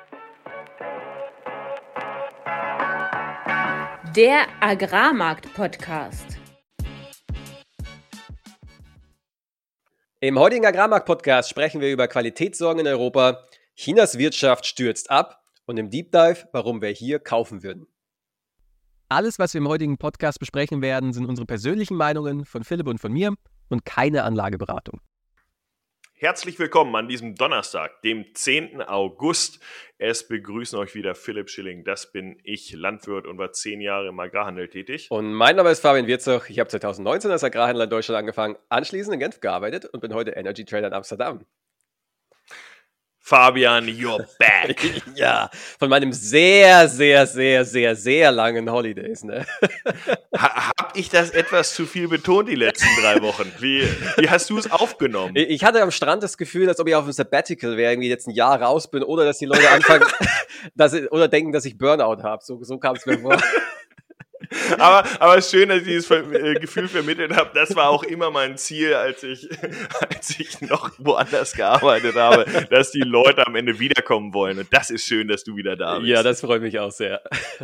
Der Agrarmarkt-Podcast. Im heutigen Agrarmarkt-Podcast sprechen wir über Qualitätssorgen in Europa, Chinas Wirtschaft stürzt ab und im Deep Dive, warum wir hier kaufen würden. Alles, was wir im heutigen Podcast besprechen werden, sind unsere persönlichen Meinungen von Philipp und von mir und keine Anlageberatung. Herzlich willkommen an diesem Donnerstag, dem 10. August. Es begrüßen euch wieder Philipp Schilling, das bin ich, Landwirt und war 10 Jahre im Agrarhandel tätig. Und mein Name ist Fabian Wirzog, ich habe 2019 als Agrarhändler in Deutschland angefangen, anschließend in Genf gearbeitet und bin heute Energy Trader in Amsterdam. Fabian, you're back. Ja, von meinem sehr langen Holidays, ne? Hab ich das etwas zu viel betont die letzten 3 Wochen? Wie hast du es aufgenommen? Ich hatte am Strand das Gefühl, als ob ich auf einem Sabbatical wäre, irgendwie jetzt ein Jahr raus bin, oder dass die Leute anfangen, oder denken, dass ich Burnout habe. So kam es mir vor. Aber schön, dass ich dieses Gefühl vermittelt habe. Das war auch immer mein Ziel, als ich noch woanders gearbeitet habe, dass die Leute am Ende wiederkommen wollen. Und das ist schön, dass du wieder da bist. Ja, das freut mich auch sehr.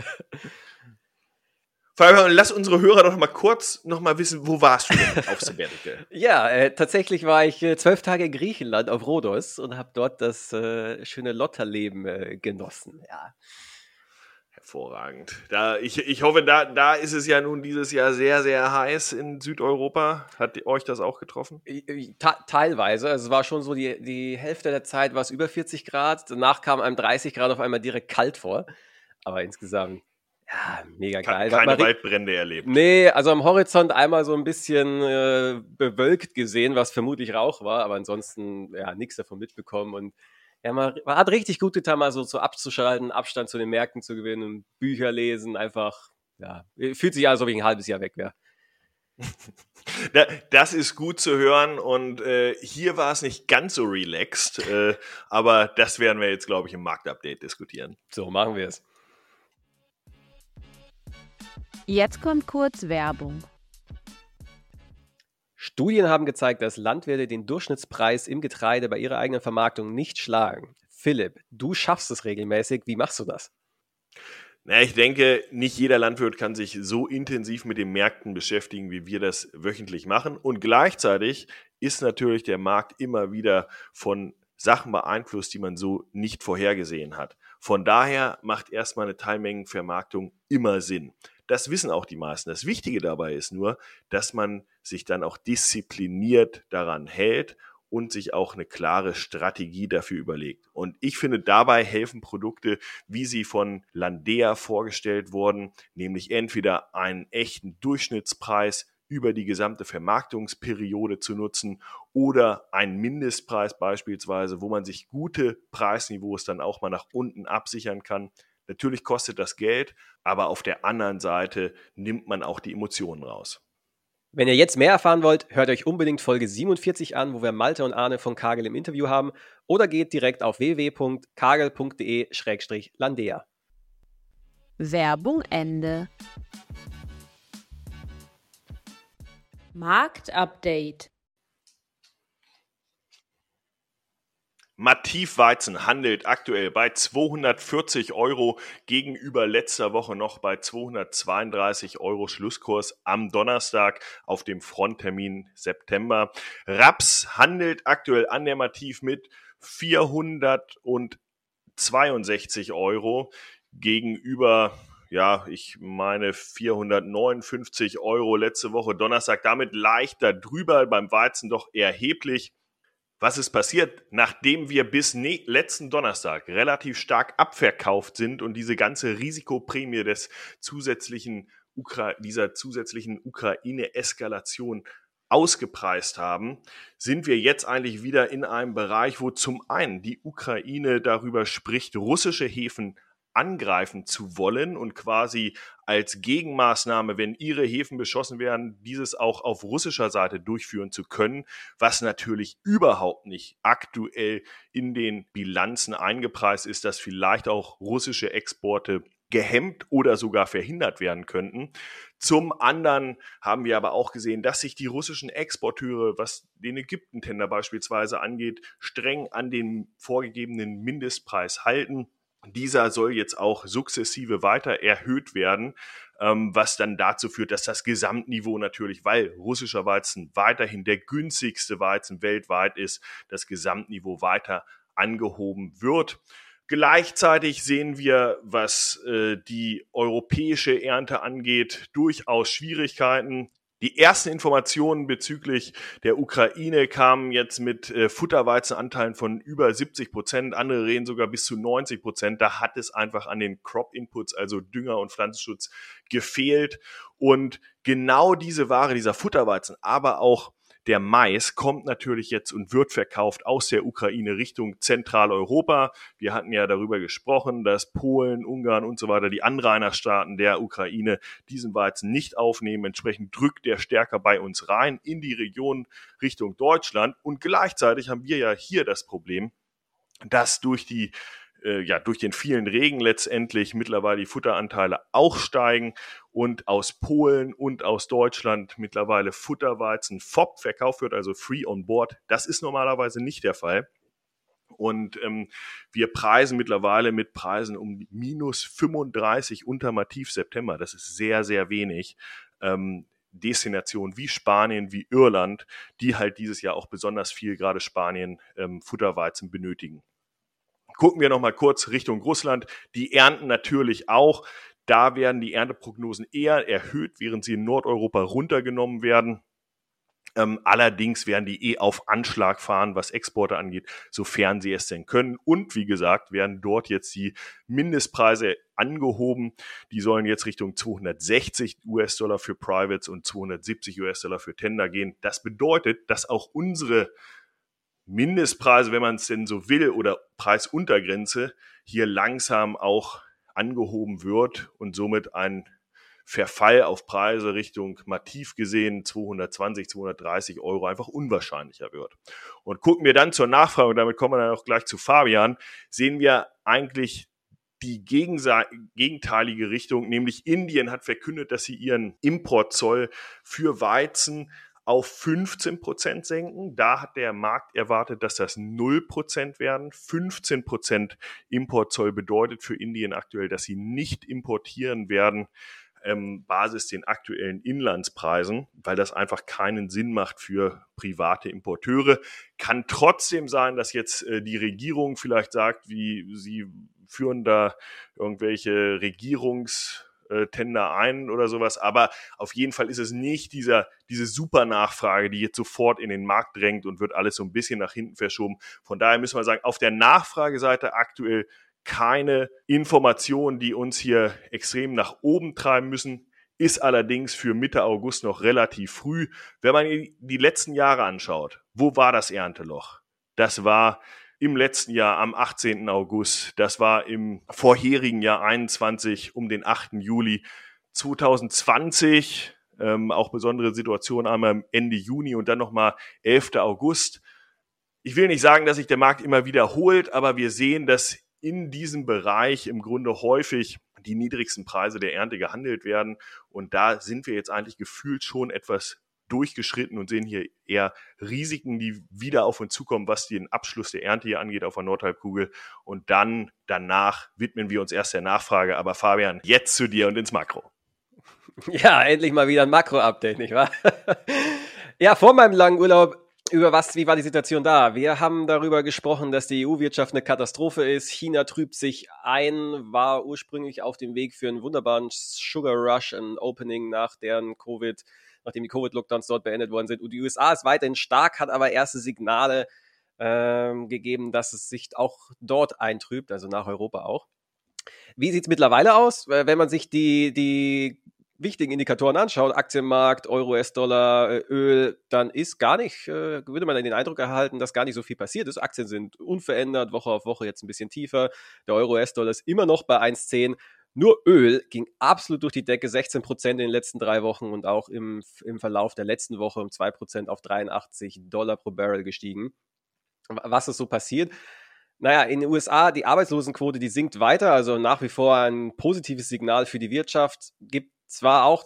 Fabian, lass unsere Hörer doch mal kurz noch mal wissen, wo warst du denn auf Sabbatical? Ja, tatsächlich war ich 12 Tage in Griechenland auf Rhodos und habe dort das schöne Lotterleben genossen, ja. Hervorragend. Ich hoffe, da ist es ja nun dieses Jahr sehr, sehr heiß in Südeuropa. Hat euch das auch getroffen? Teilweise. Also es war schon so, die Hälfte der Zeit war es über 40 Grad. Danach kam einem 30 Grad auf einmal direkt kalt vor. Aber insgesamt, ja, mega geil. Keine Waldbrände erlebt. Nee, also am Horizont einmal so ein bisschen bewölkt gesehen, was vermutlich Rauch war. Aber ansonsten, ja, nichts davon mitbekommen. Und ja, man hat richtig gut getan, mal so abzuschalten, Abstand zu den Märkten zu gewinnen, Bücher lesen, einfach, ja, fühlt sich an, als ob ich ein halbes Jahr weg wäre. Das ist gut zu hören und hier war es nicht ganz so relaxed, aber das werden wir jetzt, glaube ich, im Marktupdate diskutieren. So, machen wir es. Jetzt kommt kurz Werbung. Studien haben gezeigt, dass Landwirte den Durchschnittspreis im Getreide bei ihrer eigenen Vermarktung nicht schlagen. Philipp, du schaffst es regelmäßig. Wie machst du das? Na, ich denke, nicht jeder Landwirt kann sich so intensiv mit den Märkten beschäftigen, wie wir das wöchentlich machen. Und gleichzeitig ist natürlich der Markt immer wieder von Sachen beeinflusst, die man so nicht vorhergesehen hat. Von daher macht erstmal eine Teilmengenvermarktung immer Sinn. Das wissen auch die meisten. Das Wichtige dabei ist nur, dass man sich dann auch diszipliniert daran hält und sich auch eine klare Strategie dafür überlegt. Und ich finde, dabei helfen Produkte, wie sie von Landea vorgestellt wurden, nämlich entweder einen echten Durchschnittspreis über die gesamte Vermarktungsperiode zu nutzen oder einen Mindestpreis beispielsweise, wo man sich gute Preisniveaus dann auch mal nach unten absichern kann. Natürlich kostet das Geld, aber auf der anderen Seite nimmt man auch die Emotionen raus. Wenn ihr jetzt mehr erfahren wollt, hört euch unbedingt Folge 47 an, wo wir Malte und Arne von Cargill im Interview haben, oder geht direkt auf www.cargill.de/landea. Werbung Ende. Marktupdate. Mativ Weizen handelt aktuell bei 240 € gegenüber letzter Woche noch bei 232 € Schlusskurs am Donnerstag auf dem Fronttermin September. Raps handelt aktuell an der Mativ mit 462 € gegenüber, ja, ich meine 459 € letzte Woche Donnerstag. Damit leicht darüber, beim Weizen doch erheblich. Was ist passiert, nachdem wir bis letzten Donnerstag relativ stark abverkauft sind und diese ganze Risikoprämie dieser zusätzlichen Ukraine-Eskalation ausgepreist haben, sind wir jetzt eigentlich wieder in einem Bereich, wo zum einen die Ukraine darüber spricht, russische Häfen angreifen zu wollen und quasi als Gegenmaßnahme, wenn ihre Häfen beschossen werden, dieses auch auf russischer Seite durchführen zu können, was natürlich überhaupt nicht aktuell in den Bilanzen eingepreist ist, dass vielleicht auch russische Exporte gehemmt oder sogar verhindert werden könnten. Zum anderen haben wir aber auch gesehen, dass sich die russischen Exporteure, was den Ägypten-Tender beispielsweise angeht, streng an den vorgegebenen Mindestpreis halten. Dieser soll jetzt auch sukzessive weiter erhöht werden, was dann dazu führt, dass das Gesamtniveau natürlich, weil russischer Weizen weiterhin der günstigste Weizen weltweit ist, das Gesamtniveau weiter angehoben wird. Gleichzeitig sehen wir, was die europäische Ernte angeht, durchaus Schwierigkeiten. Die ersten Informationen bezüglich der Ukraine kamen jetzt mit Futterweizenanteilen von über 70%. Andere reden sogar bis zu 90%. Da hat es einfach an den Crop-Inputs, also Dünger und Pflanzenschutz, gefehlt. Und genau diese Ware, dieser Futterweizen, aber auch der Mais kommt natürlich jetzt und wird verkauft aus der Ukraine Richtung Zentraleuropa. Wir hatten ja darüber gesprochen, dass Polen, Ungarn und so weiter, die Anrainerstaaten der Ukraine, diesen Weizen nicht aufnehmen. Entsprechend drückt der stärker bei uns rein in die Region Richtung Deutschland. Und gleichzeitig haben wir ja hier das Problem, dass durch den vielen Regen letztendlich mittlerweile die Futteranteile auch steigen und aus Polen und aus Deutschland mittlerweile Futterweizen FOB verkauft wird, also Free on Board. Das ist normalerweise nicht der Fall. Und wir preisen mittlerweile mit Preisen um -35 ultimativ September. Das ist sehr, sehr wenig. Destinationen wie Spanien, wie Irland, die halt dieses Jahr auch besonders viel, gerade Spanien, Futterweizen benötigen. Gucken wir noch mal kurz Richtung Russland. Die ernten natürlich auch. Da werden die Ernteprognosen eher erhöht, während sie in Nordeuropa runtergenommen werden. Allerdings werden die auf Anschlag fahren, was Exporte angeht, sofern sie es denn können. Und wie gesagt, werden dort jetzt die Mindestpreise angehoben. Die sollen jetzt Richtung $260 für Privates und $270 für Tender gehen. Das bedeutet, dass auch unsere Mindestpreise, wenn man es denn so will, oder Preisuntergrenze hier langsam auch angehoben wird und somit ein Verfall auf Preise Richtung massiv gesehen 220, 230 Euro einfach unwahrscheinlicher wird. Und gucken wir dann zur Nachfrage, und damit kommen wir dann auch gleich zu Fabian, sehen wir eigentlich die gegenteilige Richtung, nämlich Indien hat verkündet, dass sie ihren Importzoll für Weizen auf 15% senken. Da hat der Markt erwartet, dass das 0% werden. 15% Importzoll bedeutet für Indien aktuell, dass sie nicht importieren werden, Basis den aktuellen Inlandspreisen, weil das einfach keinen Sinn macht für private Importeure. Kann trotzdem sein, dass jetzt die Regierung vielleicht sagt, wie sie führen da irgendwelche Regierungstender ein oder sowas, aber auf jeden Fall ist es nicht diese super Nachfrage, die jetzt sofort in den Markt drängt und wird alles so ein bisschen nach hinten verschoben. Von daher müssen wir sagen, auf der Nachfrageseite aktuell keine Informationen, die uns hier extrem nach oben treiben müssen, ist allerdings für Mitte August noch relativ früh. Wenn man die letzten Jahre anschaut, wo war das Ernteloch? Das war im letzten Jahr am 18. August, das war im vorherigen Jahr 21 um den 8. Juli 2020, auch besondere Situation einmal Ende Juni und dann nochmal 11. August. Ich will nicht sagen, dass sich der Markt immer wiederholt, aber wir sehen, dass in diesem Bereich im Grunde häufig die niedrigsten Preise der Ernte gehandelt werden. Und da sind wir jetzt eigentlich gefühlt schon etwas durchgeschritten und sehen hier eher Risiken, die wieder auf uns zukommen, was den Abschluss der Ernte hier angeht auf der Nordhalbkugel. Und dann danach widmen wir uns erst der Nachfrage. Aber Fabian, jetzt zu dir und ins Makro. Ja, endlich mal wieder ein Makro-Update, nicht wahr? Ja, vor meinem langen Urlaub, wie war die Situation da? Wir haben darüber gesprochen, dass die EU-Wirtschaft eine Katastrophe ist. China trübt sich ein, war ursprünglich auf dem Weg für einen wunderbaren Sugar Rush, ein Opening nachdem die Covid-Lockdowns dort beendet worden sind. Und die USA ist weiterhin stark, hat aber erste Signale gegeben, dass es sich auch dort eintrübt, also nach Europa auch. Wie sieht es mittlerweile aus? Wenn man sich die wichtigen Indikatoren anschaut, Aktienmarkt, Euro, US-Dollar, Öl, dann ist würde man dann den Eindruck erhalten, dass gar nicht so viel passiert ist. Aktien sind unverändert, Woche auf Woche jetzt ein bisschen tiefer. Der Euro, US-Dollar ist immer noch bei 1,10. Nur Öl ging absolut durch die Decke, 16% in den letzten 3 Wochen und auch im Verlauf der letzten Woche um 2% auf $83 pro Barrel gestiegen. Was ist so passiert? Naja, in den USA, die Arbeitslosenquote, die sinkt weiter, also nach wie vor ein positives Signal für die Wirtschaft, gibt zwar auch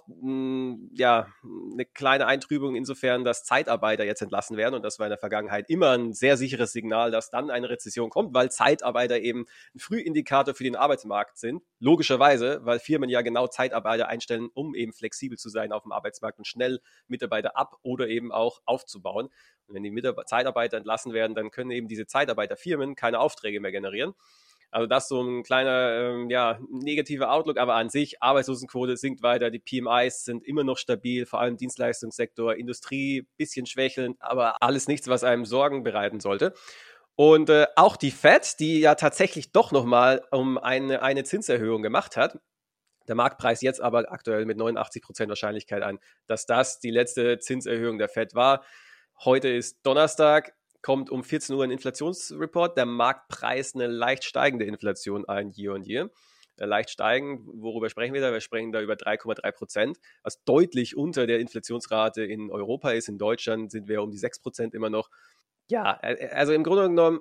eine kleine Eintrübung insofern, dass Zeitarbeiter jetzt entlassen werden und das war in der Vergangenheit immer ein sehr sicheres Signal, dass dann eine Rezession kommt, weil Zeitarbeiter eben ein Frühindikator für den Arbeitsmarkt sind. Logischerweise, weil Firmen ja genau Zeitarbeiter einstellen, um eben flexibel zu sein auf dem Arbeitsmarkt und schnell Mitarbeiter ab- oder eben auch aufzubauen. Und wenn die Zeitarbeiter entlassen werden, dann können eben diese Zeitarbeiterfirmen keine Aufträge mehr generieren. Also das ist so ein kleiner negativer Outlook, aber an sich, Arbeitslosenquote sinkt weiter, die PMIs sind immer noch stabil, vor allem Dienstleistungssektor, Industrie, bisschen schwächelnd, aber alles nichts, was einem Sorgen bereiten sollte. Und auch die Fed, die ja tatsächlich doch nochmal eine Zinserhöhung gemacht hat, der Marktpreis jetzt aber aktuell mit 89% Wahrscheinlichkeit an, dass das die letzte Zinserhöhung der Fed war. Heute ist Donnerstag, kommt um 14 Uhr ein Inflationsreport. Der Markt preist eine leicht steigende Inflation ein, year on year. Leicht steigend, worüber sprechen wir da? Wir sprechen da über 3,3%, was deutlich unter der Inflationsrate in Europa ist. In Deutschland sind wir um die 6% immer noch. Ja, also im Grunde genommen,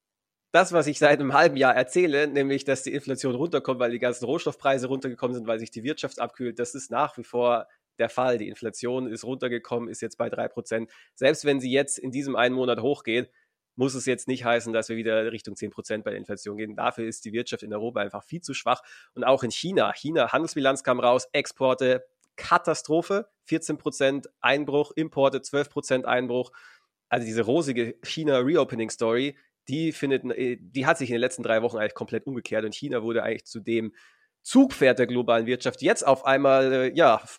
das, was ich seit einem halben Jahr erzähle, nämlich, dass die Inflation runterkommt, weil die ganzen Rohstoffpreise runtergekommen sind, weil sich die Wirtschaft abkühlt, das ist nach wie vor der Fall. Die Inflation ist runtergekommen, ist jetzt bei 3%. Selbst wenn sie jetzt in diesem einen Monat hochgeht, muss es jetzt nicht heißen, dass wir wieder Richtung 10% bei der Inflation gehen. Dafür ist die Wirtschaft in Europa einfach viel zu schwach. Und auch in China. Handelsbilanz kam raus, Exporte, Katastrophe, 14% Einbruch, Importe 12% Einbruch. Also diese rosige China-Reopening-Story, die hat sich in den letzten 3 Wochen eigentlich komplett umgekehrt und China wurde eigentlich zu dem Zugpferd der globalen Wirtschaft, jetzt auf einmal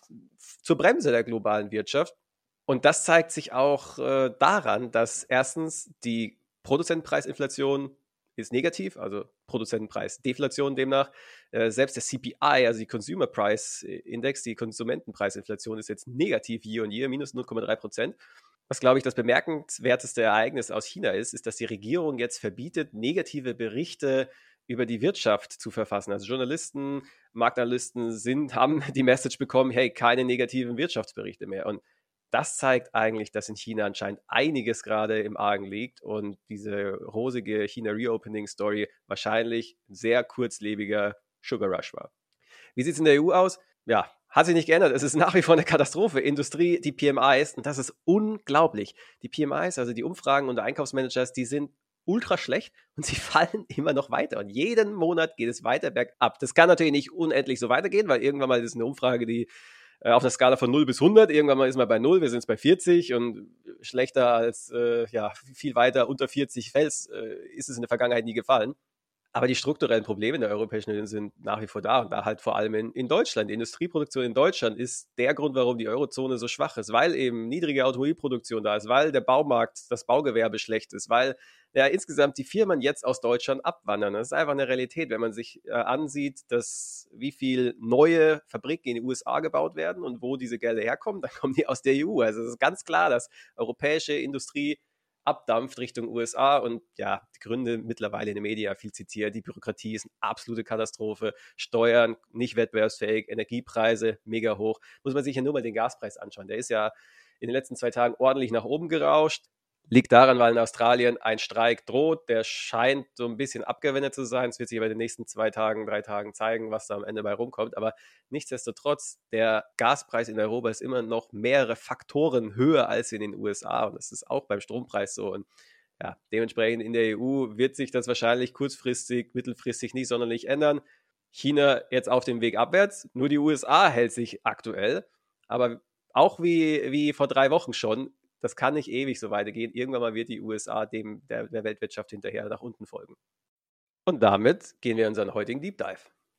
zur Bremse der globalen Wirtschaft. Und das zeigt sich auch daran, dass erstens die Produzentenpreisinflation ist negativ, also Produzentenpreisdeflation demnach. Selbst der CPI, also die Consumer Price Index, die Konsumentenpreisinflation ist jetzt negativ year on year, minus 0,3%. Was, glaube ich, das bemerkenswerteste Ereignis aus China ist, dass die Regierung jetzt verbietet, negative Berichte über die Wirtschaft zu verfassen. Also Journalisten, Marktanalysten haben die Message bekommen, hey, keine negativen Wirtschaftsberichte mehr. Und das zeigt eigentlich, dass in China anscheinend einiges gerade im Argen liegt und diese rosige China-Reopening-Story wahrscheinlich ein sehr kurzlebiger Sugar Rush war. Wie sieht es in der EU aus? Ja, hat sich nicht geändert. Es ist nach wie vor eine Katastrophe. Industrie, die PMIs, und das ist unglaublich. Die PMIs, also die Umfragen unter Einkaufsmanagers, die sind ultra schlecht und sie fallen immer noch weiter. Und jeden Monat geht es weiter bergab. Das kann natürlich nicht unendlich so weitergehen, weil irgendwann mal ist es eine Umfrage, die auf einer Skala von 0 bis 100, irgendwann mal ist man bei 0, wir sind jetzt bei 40 und schlechter als, viel weiter unter 40 ist es in der Vergangenheit nie gefallen. Aber die strukturellen Probleme in der Europäischen Union sind nach wie vor da und da halt vor allem in Deutschland. Die Industrieproduktion in Deutschland ist der Grund, warum die Eurozone so schwach ist, weil eben niedrige Automobilproduktion da ist, weil der Baumarkt, das Baugewerbe schlecht ist, weil insgesamt die Firmen jetzt aus Deutschland abwandern. Das ist einfach eine Realität, wenn man sich ansieht, wie viel neue Fabriken in den USA gebaut werden und wo diese Gelder herkommen, dann kommen die aus der EU. Also es ist ganz klar, dass europäische Industrie abdampft Richtung USA und ja, die Gründe mittlerweile in den Medien viel zitiert. Die Bürokratie ist eine absolute Katastrophe, Steuern nicht wettbewerbsfähig, Energiepreise mega hoch. Muss man sich ja nur mal den Gaspreis anschauen. Der ist ja in den letzten 2 Tagen ordentlich nach oben gerauscht. Liegt daran, weil in Australien ein Streik droht. Der scheint so ein bisschen abgewendet zu sein. Es wird sich aber in den nächsten 2 Tagen, 3 Tagen zeigen, was da am Ende bei rumkommt. Aber nichtsdestotrotz, der Gaspreis in Europa ist immer noch mehrere Faktoren höher als in den USA. Und das ist auch beim Strompreis so. Und ja, dementsprechend in der EU wird sich das wahrscheinlich kurzfristig, mittelfristig nicht sonderlich ändern. China jetzt auf dem Weg abwärts. Nur die USA hält sich aktuell. Aber auch wie vor 3 Wochen schon, das kann nicht ewig so weitergehen. Irgendwann mal wird die USA der Weltwirtschaft hinterher nach unten folgen. Und damit gehen wir in unseren heutigen Deep Dive.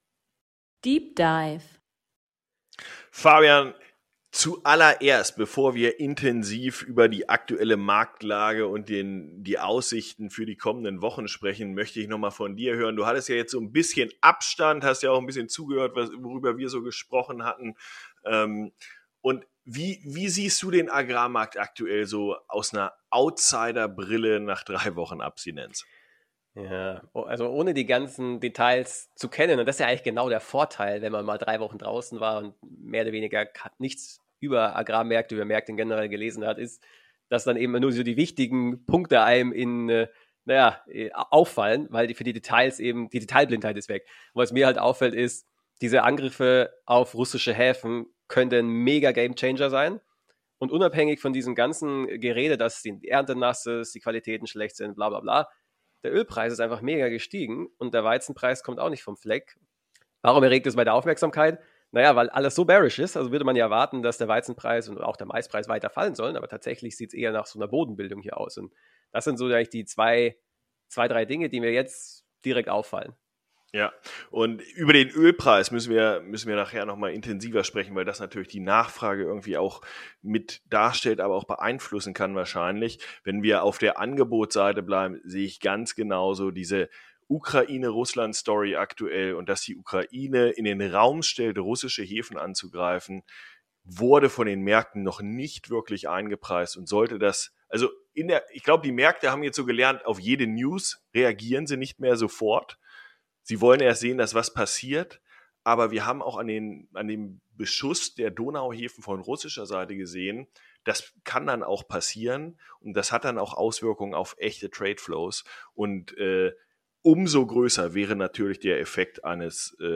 Deep Dive. Fabian, zuallererst, bevor wir intensiv über die aktuelle Marktlage und die Aussichten für die kommenden Wochen sprechen, möchte ich nochmal von dir hören. Du hattest ja jetzt so ein bisschen Abstand, hast ja auch ein bisschen zugehört, worüber wir so gesprochen hatten. Und wie siehst du den Agrarmarkt aktuell so aus einer Outsider-Brille nach 3 Wochen Abstinenz? Ja, also ohne die ganzen Details zu kennen, und das ist ja eigentlich genau der Vorteil, wenn man mal 3 Wochen draußen war und mehr oder weniger nichts über Agrarmärkte, über Märkte generell gelesen hat, ist, dass dann eben nur so die wichtigen Punkte einem auffallen, weil für die Details eben, die Detailblindheit ist weg. Und was mir halt auffällt ist, diese Angriffe auf russische Häfen könnte ein mega Gamechanger sein. Und unabhängig von diesem ganzen Gerede, dass die Ernte nass ist, die Qualitäten schlecht sind, bla bla bla, der Ölpreis ist einfach mega gestiegen und der Weizenpreis kommt auch nicht vom Fleck. Warum erregt es bei der Aufmerksamkeit? Naja, weil alles so bearish ist, also würde man ja erwarten, dass der Weizenpreis und auch der Maispreis weiter fallen sollen, aber tatsächlich sieht es eher nach so einer Bodenbildung hier aus. Und das sind so eigentlich die zwei, drei Dinge, die mir jetzt direkt auffallen. Ja, und über den Ölpreis müssen wir nachher nochmal intensiver sprechen, weil das natürlich die Nachfrage irgendwie auch mit darstellt, aber auch beeinflussen kann wahrscheinlich. Wenn wir auf der Angebotsseite bleiben, sehe ich ganz genauso diese Ukraine-Russland-Story aktuell und dass die Ukraine in den Raum stellt, russische Häfen anzugreifen, wurde von den Märkten noch nicht wirklich eingepreist und sollte das, also ich glaube, die Märkte haben jetzt so gelernt, auf jede News reagieren sie nicht mehr sofort. Sie wollen erst sehen, dass was passiert, aber wir haben auch an dem Beschuss der Donauhäfen von russischer Seite gesehen, das kann dann auch passieren und das hat dann auch Auswirkungen auf echte Trade Flows und umso größer wäre natürlich der Effekt einer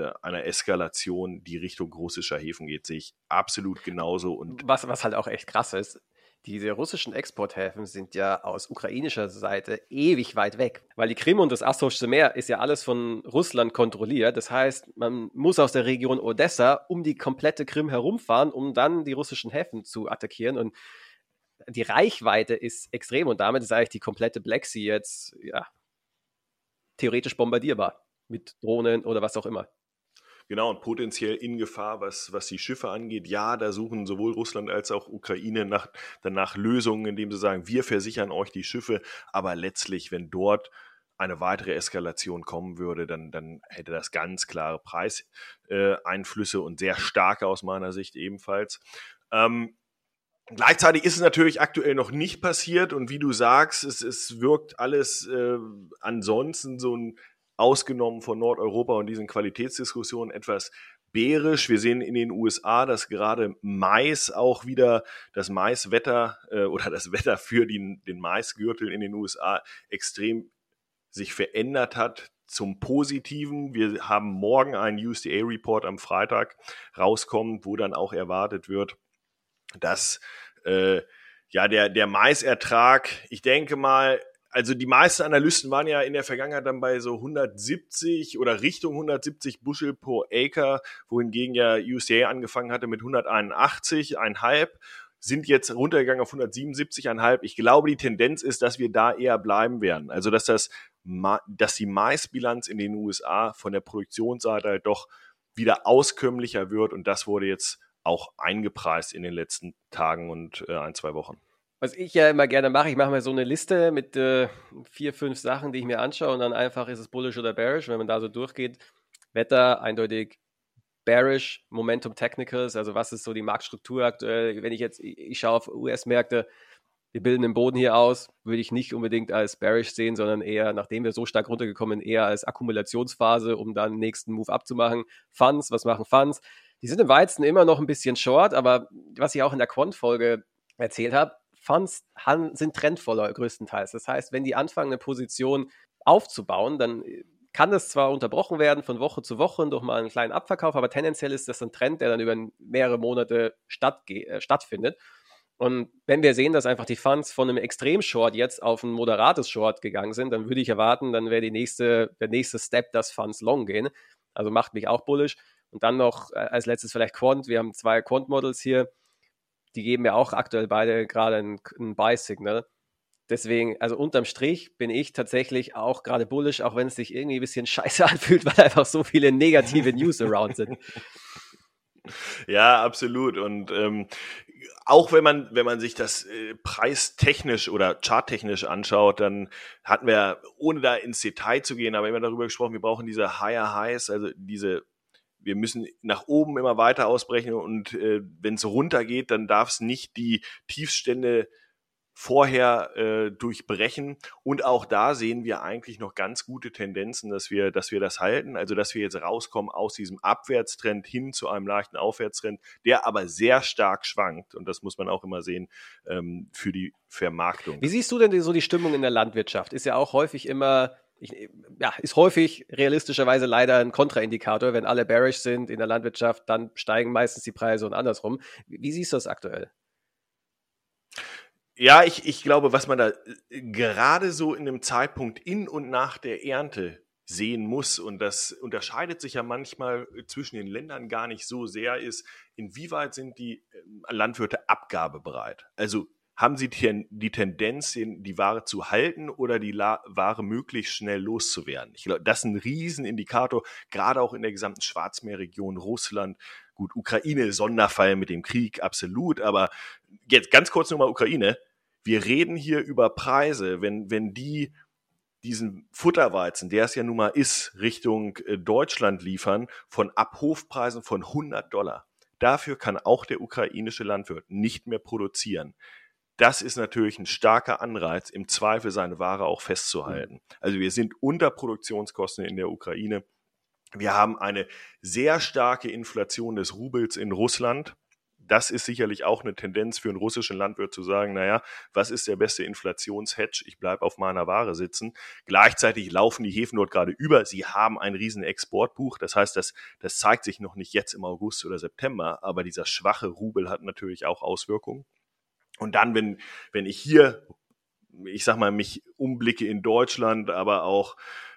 Eskalation, die Richtung russischer Häfen geht, sehe ich absolut genauso. Und was halt auch echt krass ist, diese russischen Exporthäfen sind ja aus ukrainischer Seite ewig weit weg, weil die Krim und das Asowsche Meer ist ja alles von Russland kontrolliert. Das heißt, man muss aus der Region Odessa um die komplette Krim herumfahren, um dann die russischen Häfen zu attackieren. Und die Reichweite ist extrem und damit ist eigentlich die komplette Black Sea jetzt theoretisch bombardierbar mit Drohnen oder was auch immer. Genau, und potenziell in Gefahr, was die Schiffe angeht. Ja, da suchen sowohl Russland als auch Ukraine nach Lösungen, indem sie sagen, wir versichern euch die Schiffe. Aber letztlich, wenn dort eine weitere Eskalation kommen würde, dann hätte das ganz klare Preiseinflüsse und sehr starke aus meiner Sicht ebenfalls. Gleichzeitig ist es natürlich aktuell noch nicht passiert und wie du sagst, es wirkt alles ansonsten so ein ausgenommen von Nordeuropa und diesen Qualitätsdiskussionen etwas bärisch. Wir sehen in den USA, dass gerade Mais auch wieder das Maiswetter oder das Wetter für den Maisgürtel in den USA extrem sich verändert hat zum Positiven. Wir haben morgen einen USDA-Report am Freitag rauskommen, wo dann auch erwartet wird, dass der Maisertrag, ich denke mal, also die meisten Analysten waren ja in der Vergangenheit dann bei so 170 oder Richtung 170 Bushel pro Acre, wohingegen ja USDA angefangen hatte mit 181,5, sind jetzt runtergegangen auf 177,5. Ich glaube, die Tendenz ist, dass wir da eher bleiben werden. Also dass die Maisbilanz in den USA von der Produktionsseite halt doch wieder auskömmlicher wird und das wurde jetzt auch eingepreist in den letzten Tagen und 1-2 Wochen. Was ich ja immer gerne mache, ich mache mir so eine Liste mit 4, 5 Sachen, die ich mir anschaue und dann einfach ist es bullish oder bearish. Wenn man da so durchgeht, Wetter eindeutig bearish, Momentum Technicals, also was ist so die Marktstruktur aktuell. Wenn ich schaue auf US-Märkte, wir bilden den Boden hier aus, würde ich nicht unbedingt als bearish sehen, sondern eher, nachdem wir so stark runtergekommen sind, eher als Akkumulationsphase, um dann den nächsten Move abzumachen. Funds, was machen Funds? Die sind im Weizen immer noch ein bisschen short, aber was ich auch in der Quant-Folge erzählt habe, Funds sind trendvoller größtenteils. Das heißt, wenn die anfangen, eine Position aufzubauen, dann kann das zwar unterbrochen werden von Woche zu Woche durch mal einen kleinen Abverkauf, aber tendenziell ist das ein Trend, der dann über mehrere Monate stattfindet. Und wenn wir sehen, dass einfach die Funds von einem Extrem-Short jetzt auf ein moderates Short gegangen sind, dann würde ich erwarten, dann wäre der nächste Step, dass Funds long gehen. Also macht mich auch bullish. Und dann noch als letztes vielleicht Quant. Wir haben 2 Quant-Models hier. Die geben ja auch aktuell beide gerade ein Buy-Signal. Deswegen, also unterm Strich bin ich tatsächlich auch gerade bullish, auch wenn es sich irgendwie ein bisschen scheiße anfühlt, weil einfach so viele negative News around sind. Ja, absolut. Und auch wenn man sich das preistechnisch oder charttechnisch anschaut, dann hatten wir, ohne da ins Detail zu gehen, aber immer darüber gesprochen, wir brauchen diese Higher Highs, also wir müssen nach oben immer weiter ausbrechen und wenn es runtergeht, dann darf es nicht die Tiefstände vorher durchbrechen. Und auch da sehen wir eigentlich noch ganz gute Tendenzen, dass wir das halten. Also dass wir jetzt rauskommen aus diesem Abwärtstrend hin zu einem leichten Aufwärtstrend, der aber sehr stark schwankt. Und das muss man auch immer sehen für die Vermarktung. Wie siehst du denn so die Stimmung in der Landwirtschaft? Ist ja auch häufig immer ist häufig realistischerweise leider ein Kontraindikator. Wenn alle bearish sind in der Landwirtschaft, dann steigen meistens die Preise und andersrum. Wie siehst du das aktuell? Ja, ich glaube, was man da gerade so in einem Zeitpunkt in und nach der Ernte sehen muss, und das unterscheidet sich ja manchmal zwischen den Ländern gar nicht so sehr, ist, inwieweit sind die Landwirte abgabebereit? Also haben sie die Tendenz, die Ware zu halten oder die Ware möglichst schnell loszuwerden? Ich glaube, das ist ein Riesenindikator, gerade auch in der gesamten Schwarzmeerregion, Russland. Gut, Ukraine, Sonderfall mit dem Krieg, absolut, aber jetzt ganz kurz nur mal Ukraine. Wir reden hier über Preise, wenn die diesen Futterweizen, der es ja nun mal ist, Richtung Deutschland liefern, von Abhofpreisen von $100. Dafür kann auch der ukrainische Landwirt nicht mehr produzieren. Das ist natürlich ein starker Anreiz, im Zweifel seine Ware auch festzuhalten. Also wir sind unter Produktionskosten in der Ukraine. Wir haben eine sehr starke Inflation des Rubels in Russland. Das ist sicherlich auch eine Tendenz für einen russischen Landwirt zu sagen, naja, was ist der beste Inflationshedge? Ich bleibe auf meiner Ware sitzen. Gleichzeitig laufen die Häfen dort gerade über. Sie haben ein riesen Exportbuch. Das heißt, das zeigt sich noch nicht jetzt im August oder September, aber dieser schwache Rubel hat natürlich auch Auswirkungen. Und dann, wenn ich hier, ich sag mal, mich umblicke in Deutschland, aber auch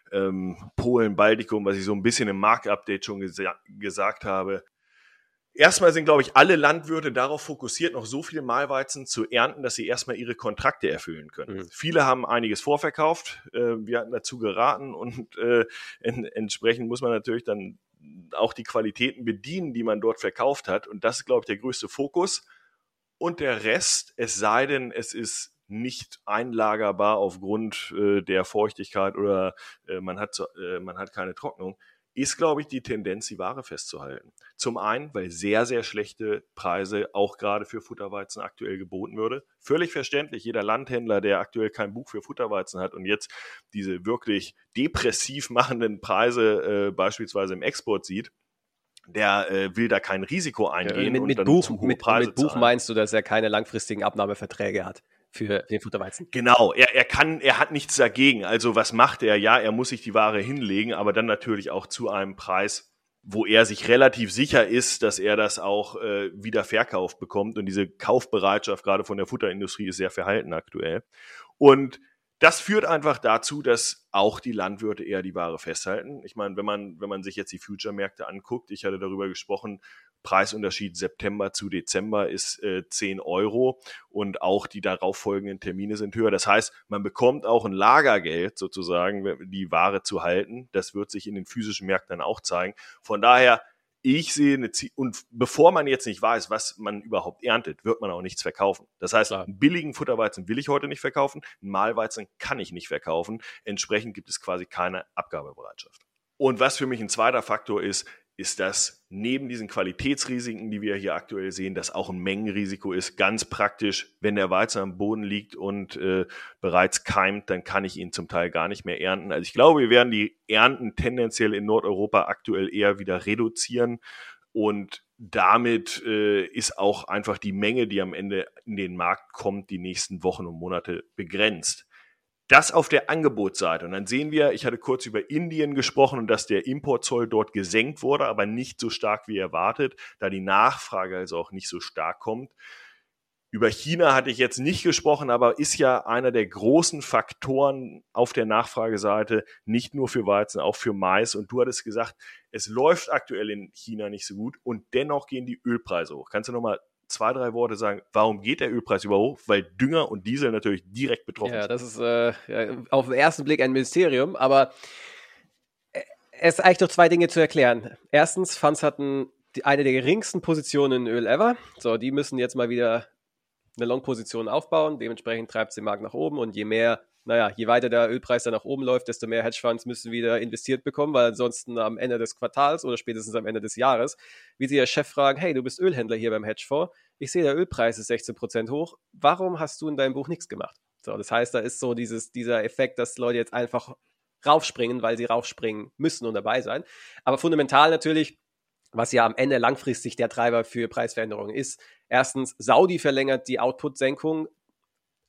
Polen, Baltikum, was ich so ein bisschen im Marktupdate schon gesagt habe. Erstmal sind, glaube ich, alle Landwirte darauf fokussiert, noch so viel Mahlweizen zu ernten, dass sie erstmal ihre Kontrakte erfüllen können. Mhm. Viele haben einiges vorverkauft. Wir hatten dazu geraten und entsprechend muss man natürlich dann auch die Qualitäten bedienen, die man dort verkauft hat. Und das ist, glaube ich, der größte Fokus. Und der Rest, es sei denn, es ist nicht einlagerbar aufgrund der Feuchtigkeit oder man hat keine Trocknung, ist, glaube ich, die Tendenz, die Ware festzuhalten. Zum einen, weil sehr, sehr schlechte Preise auch gerade für Futterweizen aktuell geboten würde. Völlig verständlich, jeder Landhändler, der aktuell kein Buch für Futterweizen hat und jetzt diese wirklich depressiv machenden Preise beispielsweise im Export sieht, der will da kein Risiko eingehen. Ja, mit Buch meinst du, dass er keine langfristigen Abnahmeverträge hat für den Futterweizen? Genau, er hat nichts dagegen. Also was macht er? Ja, er muss sich die Ware hinlegen, aber dann natürlich auch zu einem Preis, wo er sich relativ sicher ist, dass er das auch wieder verkauft bekommt. Und diese Kaufbereitschaft gerade von der Futterindustrie ist sehr verhalten aktuell. Und das führt einfach dazu, dass auch die Landwirte eher die Ware festhalten. Ich meine, wenn man sich jetzt die Future-Märkte anguckt, ich hatte darüber gesprochen, Preisunterschied September zu Dezember ist 10 € und auch die darauffolgenden Termine sind höher. Das heißt, man bekommt auch ein Lagergeld sozusagen, die Ware zu halten. Das wird sich in den physischen Märkten dann auch zeigen. Von daher, ich sehe und bevor man jetzt nicht weiß, was man überhaupt erntet, wird man auch nichts verkaufen. Das heißt, einen billigen Futterweizen will ich heute nicht verkaufen, einen Mahlweizen kann ich nicht verkaufen. Entsprechend gibt es quasi keine Abgabebereitschaft. Und was für mich ein zweiter Faktor ist, dass neben diesen Qualitätsrisiken, die wir hier aktuell sehen, das auch ein Mengenrisiko ist. Ganz praktisch, wenn der Weizen am Boden liegt und bereits keimt, dann kann ich ihn zum Teil gar nicht mehr ernten. Also ich glaube, wir werden die Ernten tendenziell in Nordeuropa aktuell eher wieder reduzieren und damit ist auch einfach die Menge, die am Ende in den Markt kommt, die nächsten Wochen und Monate begrenzt. Das auf der Angebotsseite. Und dann sehen wir, ich hatte kurz über Indien gesprochen und dass der Importzoll dort gesenkt wurde, aber nicht so stark wie erwartet, da die Nachfrage also auch nicht so stark kommt. Über China hatte ich jetzt nicht gesprochen, aber ist ja einer der großen Faktoren auf der Nachfrageseite, nicht nur für Weizen, auch für Mais. Und du hattest gesagt, es läuft aktuell in China nicht so gut und dennoch gehen die Ölpreise hoch. Kannst du nochmal 2, 3 Worte sagen, warum geht der Ölpreis überhaupt hoch? Weil Dünger und Diesel natürlich direkt betroffen sind. Ja, das ist auf den ersten Blick ein Mysterium, aber es ist eigentlich noch 2 Dinge zu erklären. Erstens, Funds hatten eine der geringsten Positionen in Öl ever. So, die müssen jetzt mal wieder eine Long-Position aufbauen. Dementsprechend treibt es den Markt nach oben und je weiter der Ölpreis dann nach oben läuft, desto mehr Hedgefonds müssen wieder investiert bekommen, weil ansonsten am Ende des Quartals oder spätestens am Ende des Jahres, wie sie der Chef fragen, hey, du bist Ölhändler hier beim Hedgefonds, ich sehe, der Ölpreis ist 16% hoch, warum hast du in deinem Buch nichts gemacht? So, das heißt, da ist so dieser Effekt, dass Leute jetzt einfach raufspringen, weil sie raufspringen müssen und dabei sein. Aber fundamental natürlich, was ja am Ende langfristig der Treiber für Preisveränderungen ist. Erstens, Saudi verlängert die Output-Senkung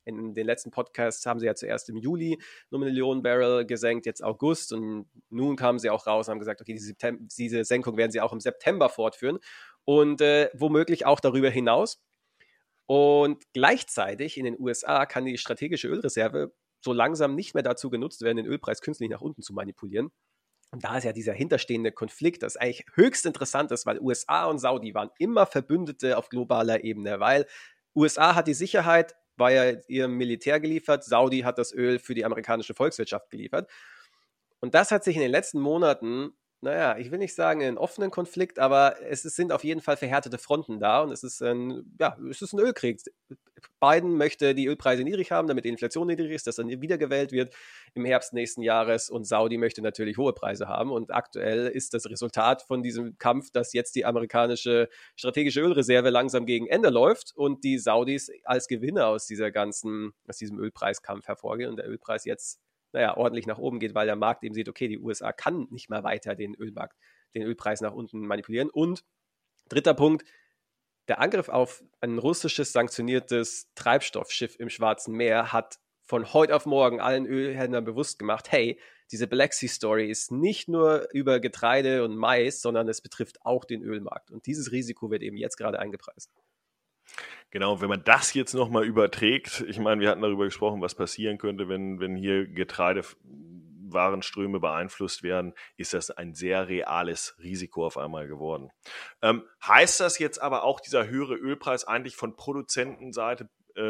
in den letzten Podcasts haben sie ja zuerst im Juli nur 1 Million Barrel gesenkt, jetzt August und nun kamen sie auch raus und haben gesagt, okay, diese Senkung werden sie auch im September fortführen und womöglich auch darüber hinaus. Und gleichzeitig in den USA kann die strategische Ölreserve so langsam nicht mehr dazu genutzt werden, den Ölpreis künstlich nach unten zu manipulieren. Und da ist ja dieser hinterstehende Konflikt, das eigentlich höchst interessant ist, weil USA und Saudi waren immer Verbündete auf globaler Ebene, weil USA hat die Sicherheit, war ja ihrem Militär geliefert, Saudi hat das Öl für die amerikanische Volkswirtschaft geliefert. Und das hat sich in den letzten Monaten, naja, ich will nicht sagen einen offenen Konflikt, aber sind auf jeden Fall verhärtete Fronten da und es ist ein Ölkrieg. Biden möchte die Ölpreise niedrig haben, damit die Inflation niedrig ist, dass dann wiedergewählt wird im Herbst nächsten Jahres und Saudi möchte natürlich hohe Preise haben und aktuell ist das Resultat von diesem Kampf, dass jetzt die amerikanische strategische Ölreserve langsam gegen Ende läuft und die Saudis als Gewinner aus diesem Ölpreiskampf hervorgehen und der Ölpreis jetzt ordentlich nach oben geht, weil der Markt eben sieht, okay, die USA kann nicht mehr weiter den Ölpreis nach unten manipulieren. Und dritter Punkt, der Angriff auf ein russisches sanktioniertes Treibstoffschiff im Schwarzen Meer hat von heute auf morgen allen Ölhändlern bewusst gemacht, hey, diese Black Sea Story ist nicht nur über Getreide und Mais, sondern es betrifft auch den Ölmarkt. Und dieses Risiko wird eben jetzt gerade eingepreist. Genau, wenn man das jetzt nochmal überträgt, ich meine, wir hatten darüber gesprochen, was passieren könnte, wenn hier Getreidewarenströme beeinflusst werden, ist das ein sehr reales Risiko auf einmal geworden. Heißt das jetzt aber auch, dieser höhere Ölpreis eigentlich von Produzentenseite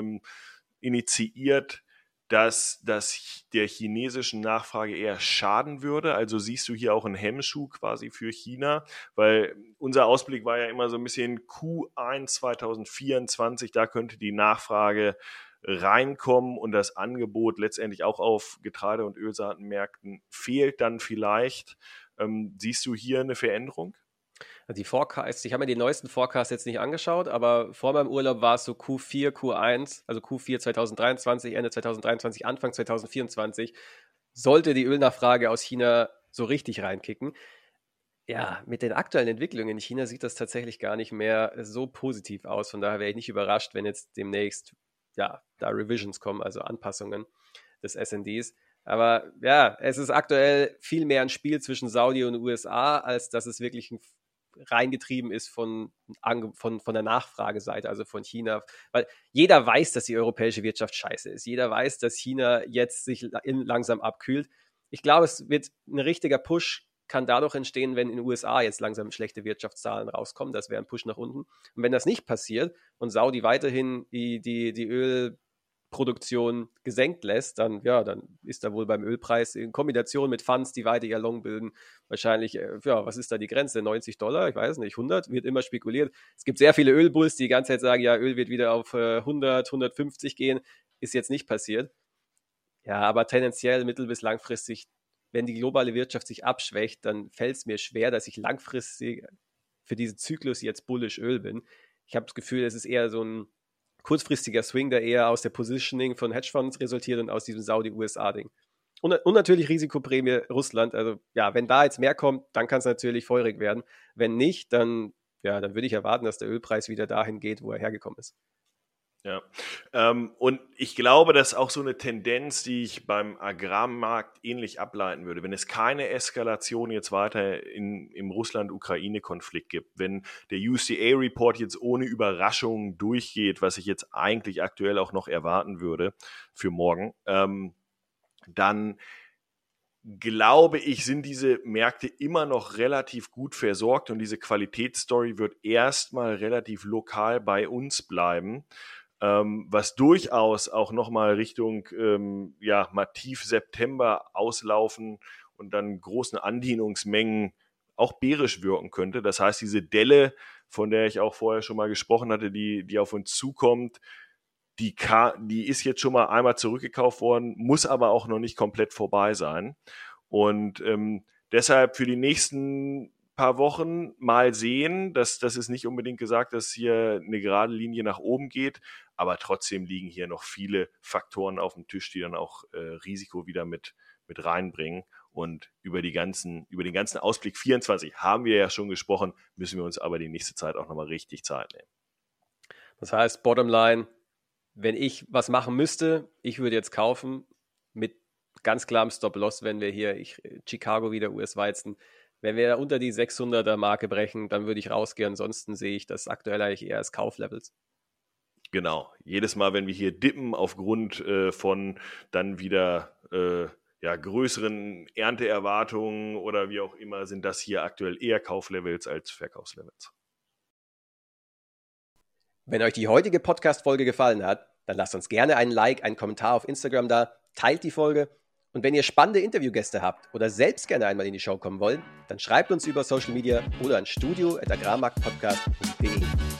initiiert, dass das der chinesischen Nachfrage eher schaden würde? Also siehst du hier auch einen Hemmschuh quasi für China? Weil unser Ausblick war ja immer so ein bisschen Q1 2024, da könnte die Nachfrage reinkommen und das Angebot letztendlich auch auf Getreide- und Ölsaatenmärkten fehlt dann vielleicht. Siehst du hier eine Veränderung? Die Forecasts, ich habe mir die neuesten Forecasts jetzt nicht angeschaut, aber vor meinem Urlaub war es so Q4, Q1, also Q4 2023, Ende 2023, Anfang 2024, sollte die Ölnachfrage aus China so richtig reinkicken. Ja, mit den aktuellen Entwicklungen in China sieht das tatsächlich gar nicht mehr so positiv aus. Von daher wäre ich nicht überrascht, wenn jetzt demnächst da Revisions kommen, also Anpassungen des S&Ds. Aber ja, es ist aktuell viel mehr ein Spiel zwischen Saudi und USA, als dass es wirklich reingetrieben ist von der Nachfrageseite, also von China. Weil jeder weiß, dass die europäische Wirtschaft scheiße ist. Jeder weiß, dass China jetzt sich langsam abkühlt. Ich glaube, es wird ein richtiger Push, kann dadurch entstehen, wenn in den USA jetzt langsam schlechte Wirtschaftszahlen rauskommen. Das wäre ein Push nach unten. Und wenn das nicht passiert und Saudi weiterhin die Ölproduktion gesenkt lässt, dann ist da wohl beim Ölpreis in Kombination mit Funds, die weiter ihr Long bilden, wahrscheinlich, was ist da die Grenze? $90? Ich weiß nicht, 100? Wird immer spekuliert. Es gibt sehr viele Ölbulls, die ganze Zeit sagen, ja, Öl wird wieder auf 100, 150 gehen. Ist jetzt nicht passiert. Ja, aber tendenziell mittel- bis langfristig, wenn die globale Wirtschaft sich abschwächt, dann fällt es mir schwer, dass ich langfristig für diesen Zyklus jetzt bullish Öl bin. Ich habe das Gefühl, es ist eher so ein kurzfristiger Swing, der eher aus der Positioning von Hedgefonds resultiert und aus diesem Saudi-USA-Ding. Und natürlich Risikoprämie Russland. Also ja, wenn da jetzt mehr kommt, dann kann es natürlich feurig werden. Wenn nicht, dann würde ich erwarten, dass der Ölpreis wieder dahin geht, wo er hergekommen ist. Ja, und ich glaube, das ist auch so eine Tendenz, die ich beim Agrarmarkt ähnlich ableiten würde. Wenn es keine Eskalation jetzt weiter im Russland-Ukraine-Konflikt gibt, wenn der USDA-Report jetzt ohne Überraschungen durchgeht, was ich jetzt eigentlich aktuell auch noch erwarten würde für morgen, dann glaube ich, sind diese Märkte immer noch relativ gut versorgt und diese Qualitätsstory wird erstmal relativ lokal bei uns bleiben. Was durchaus auch nochmal Richtung tief September auslaufen und dann großen Andienungsmengen auch bärisch wirken könnte. Das heißt, diese Delle, von der ich auch vorher schon mal gesprochen hatte, die auf uns zukommt, die ist jetzt schon mal einmal zurückgekauft worden, muss aber auch noch nicht komplett vorbei sein. Und deshalb für die nächsten paar Wochen mal sehen, das ist nicht unbedingt gesagt, dass hier eine gerade Linie nach oben geht, aber trotzdem liegen hier noch viele Faktoren auf dem Tisch, die dann auch Risiko wieder mit reinbringen. Und über den ganzen Ausblick 24 haben wir ja schon gesprochen, müssen wir uns aber die nächste Zeit auch nochmal richtig Zeit nehmen. Das heißt, Bottomline, wenn ich was machen müsste, ich würde jetzt kaufen mit ganz klarem Stop-Loss, wenn wir hier, Chicago wieder US-Weizen, wenn wir unter die 600er-Marke brechen, dann würde ich rausgehen. Ansonsten sehe ich das aktuell eigentlich eher als Kauflevels. Genau. Jedes Mal, wenn wir hier dippen aufgrund von dann wieder größeren Ernteerwartungen oder wie auch immer, sind das hier aktuell eher Kauflevels als Verkaufslevels. Wenn euch die heutige Podcast-Folge gefallen hat, dann lasst uns gerne einen Like, einen Kommentar auf Instagram da, teilt die Folge und wenn ihr spannende Interviewgäste habt oder selbst gerne einmal in die Show kommen wollt, dann schreibt uns über Social Media oder an studio@agrarmarktpodcast.de.